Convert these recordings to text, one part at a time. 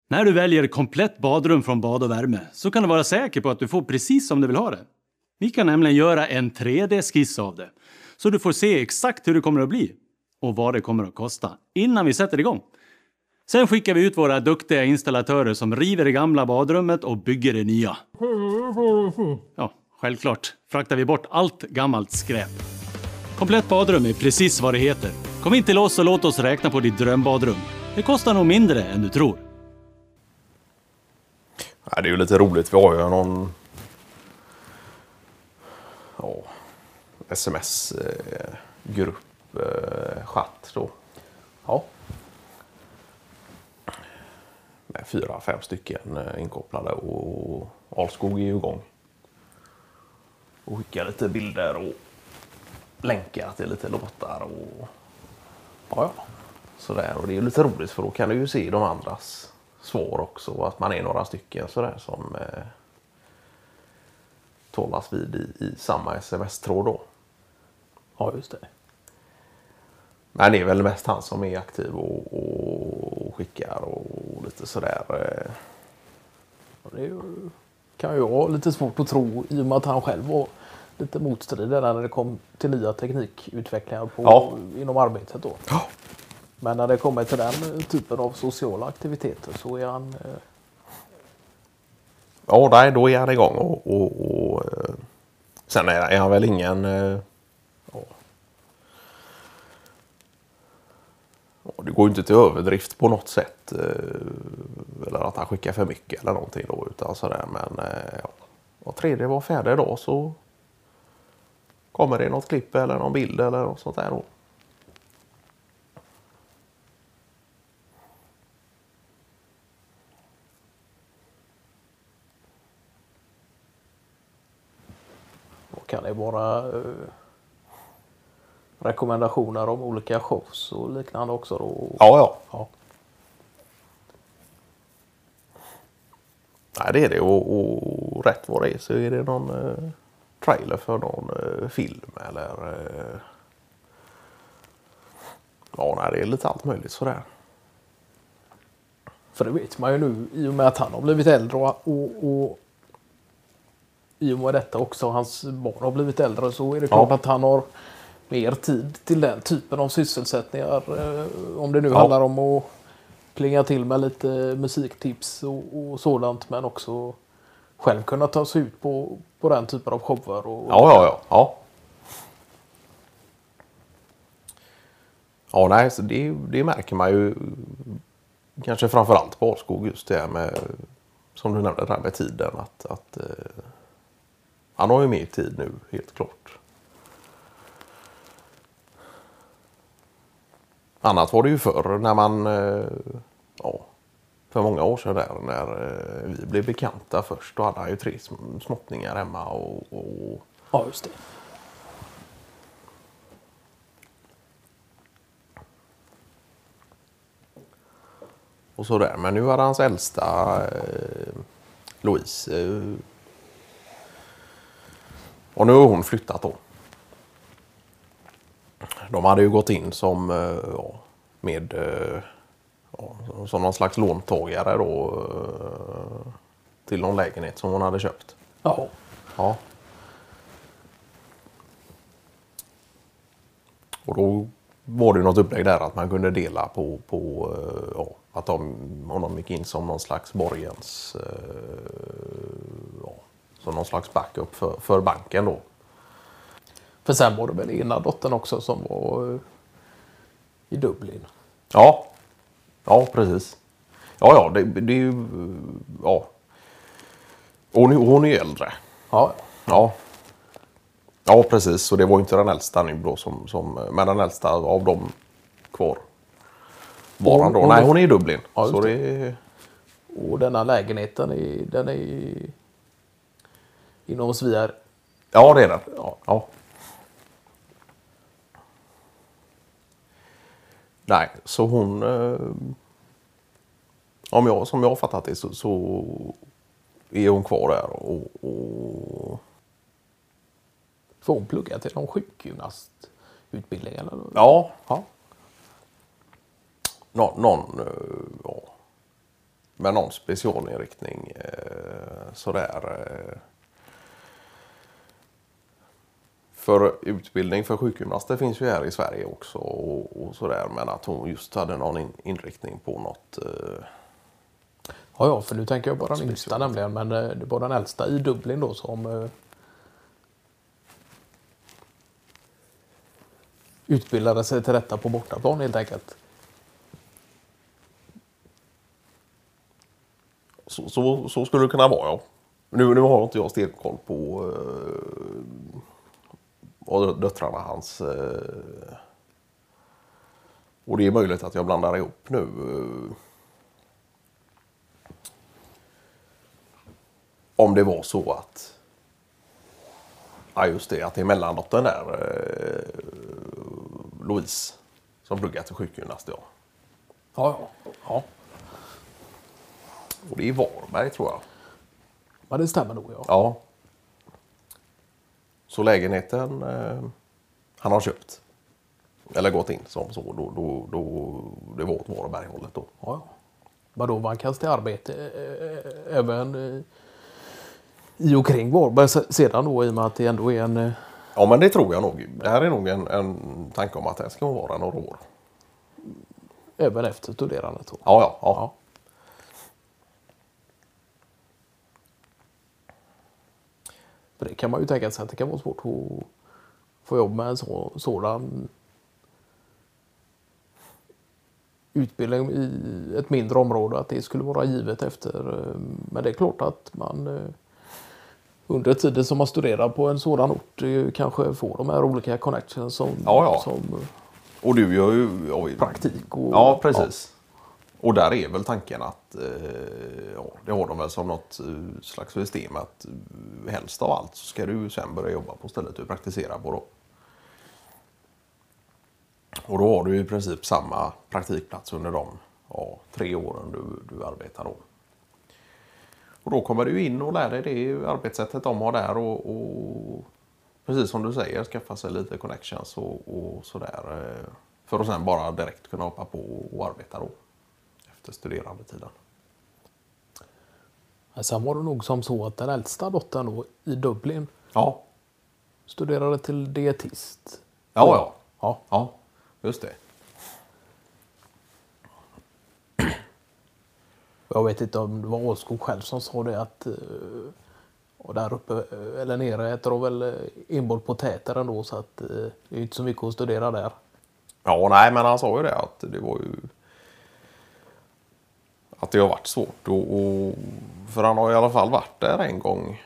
När du väljer komplett badrum från Bad och Värme så kan du vara säker på att du får precis som du vill ha det. Vi kan nämligen göra en 3D-skiss av det, så du får se exakt hur det kommer att bli och vad det kommer att kosta innan vi sätter igång. Sen skickar vi ut våra duktiga installatörer som river det gamla badrummet och bygger det nya. Ja, självklart fraktar vi bort allt gammalt skräp. Komplett badrum är precis vad det heter. Kom in till oss och låt oss räkna på ditt drömbadrum. Det kostar nog mindre än du tror. Ja, det är ju lite roligt. Vi har ju någon sms-grupp chatt då. Ja. Med 4-5 stycken inkopplade och Alskog är ju igång. Och skickar lite bilder och länkar till lite låtar och sådär. Och det är ju lite roligt för då kan du ju se de andras svar också. Att man är några stycken sådär som talas vid i samma sms-tråd då. Ja, just det. Men det är väl mest han som är aktiv och skickar och lite sådär. Det kan ju vara lite svårt att tro i och med att han själv var lite motstridare när det kom till nya teknikutvecklingar inom arbetet då. Ja. Men när det kommer till den typen av sociala aktiviteter så är han... Ja, nej, då är han igång och sen är han väl ingen... Det går ju inte till överdrift på något sätt. Eller att han skickar för mycket eller någonting då. Utan sådär. Men och 3D var färdig idag så kommer det något klipp eller någon bild eller något sånt där då. Vad kan det vara... rekommendationer om olika shows och liknande också då? Ja. Ja. Nej, det är det. Och rätt vad det är så är det någon trailer för någon film eller... det är lite allt möjligt sådär. För det vet man ju nu i och med att han har blivit äldre och i och med detta också hans barn har blivit äldre så är det klart att han har mer tid till den typen av sysselsättningar. Om det nu handlar om att plinga till med lite musiktips och sådant men också själv kunna ta sig ut på den typen av shower. Ja. Ja, nej, så det märker man ju kanske framförallt på Alskog just det här med, som du nämnde, det här med tiden. Att han har ju mer tid nu, helt klart. Annat var det ju förr när man, för många år sedan där, när vi blev bekanta först. Då hade han ju 3 småttningar hemma och... Ja, just det. Och så där. Men nu hade hans äldsta Louise. Och nu har hon flyttat då. De hade ju gått in som som någon slags låntagare då till någon lägenhet som hon hade köpt. Ja. Och då var det något upplägg där att man kunde dela på att om de gick in som någon slags borgens som någon slags backup för banken då. För sen var det väl ena dottern också som var i Dublin. Ja, precis. Ja, det är ju... Ja. Hon är ju äldre. Ja, precis. Så det var ju inte den äldsta nu då men den äldsta av dem kvar. Var han då? Nej, hon är i Dublin. Ja, så det... Och denna lägenheten den är inom Sviar. Ja, det är den. Ja. Nej, så hon... som jag har fattat det så är hon kvar där och... Får hon plugga till någon sjukgymnastutbildning eller? Ja. Någon med någon specialinriktning sådär. För utbildning för sjukgymnaster finns ju här i Sverige också och sådär, men att hon just hade någon inriktning på något. Ja, för nu tänker jag på den yngsta nämligen, men det var den äldsta i Dublin då som utbildade sig till detta på bortaplan helt enkelt. Så skulle det kunna vara, ja. Nu har inte jag stenkoll på och döttrarna hans. Och det är möjligt att jag blandar ihop nu. Om det var så att, ja just det, att det är mellandottern där, Louise, som pluggar till sjukgymnast, ja. Ja. Och det är i Varberg tror jag. Men det stämmer nog, ja. Ja. Så lägenheten han har köpt. Eller gått in som så. Då det var åt Varberghållet då. Ja. Men då man kan till arbete även i och kring Varberg sedan då, i och med att det ändå är en... Ja, men det tror jag nog. Det här är nog en tanke om att det ska vara några år. Även efter studerandet då. Ja. För det kan man ju tänka sig att det kan vara svårt att få jobb med en sådan utbildning i ett mindre område, att det skulle vara givet efter. Men det är klart att man under tiden som man studerar på en sådan ort kanske får de här olika connections som och du gör ju praktik. Och, ja, precis. Och där är väl tanken att det har de väl som något slags system att helst av allt så ska du sen börja jobba på stället du praktiserar på då. Och då har du i princip samma praktikplats under de 3 åren du arbetar då. Och då kommer du in och lär dig det arbetssättet de har där och precis som du säger skaffa sig lite connections och sådär. För att sen bara direkt kunna hoppa på och arbeta då. Efter studerandetiden. Sen var det nog som så att den äldsta dottern då i Dublin studerade till dietist. Ja, just det. Jag vet inte om det var Åskog själv som sa det att och där uppe eller nere äter de väl inboll potäter ändå, så att det är inte så mycket att studera där. Ja, nej, men han sa ju det att det var ju att det har varit svårt och för han har i alla fall varit där en gång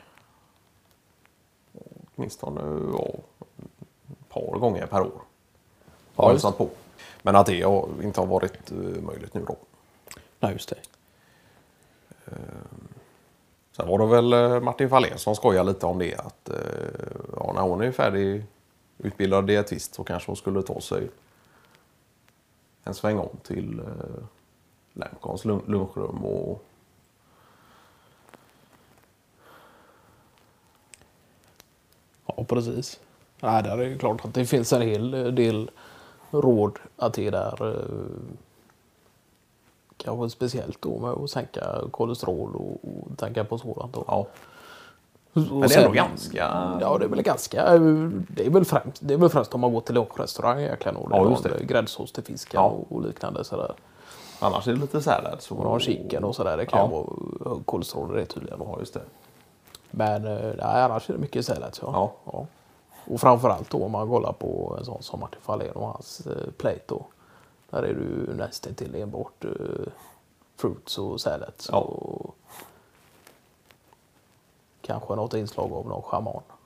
åtminstone ett par gånger per år. Ja, just på. Men att det inte har varit möjligt nu då. Nej, just det. Sen var det väl Martin Fahlén som skojar lite om det att när hon är färdig utbildad dietist så kanske hon skulle ta sig en sväng om till Lemkons lunchrum och ja, precis. Nej, där är det klart att det finns en hel del råd att ge där. Kanske speciellt då med att sänka kolesterol och tänka på sådant då. Ja. Men det är ändå ganska... Ja, det är väl ganska... Det är väl främst om man går till lågrestaurang egentligen. Och ja, just det. Gräddsås till fisken och liknande sådär. Annars är det lite sallad. Så... Och någon chicken och sådär. Det kan vara hög kolesterol det tydligen. Ja, just det. Men nej, annars är det mycket sallad. Ja. Och framförallt då om man kollar på en sån som Martin Fahlén och hans plate då. Där är du nästan till enbart fruits och salads. Och kanske något inslag av någon shaman.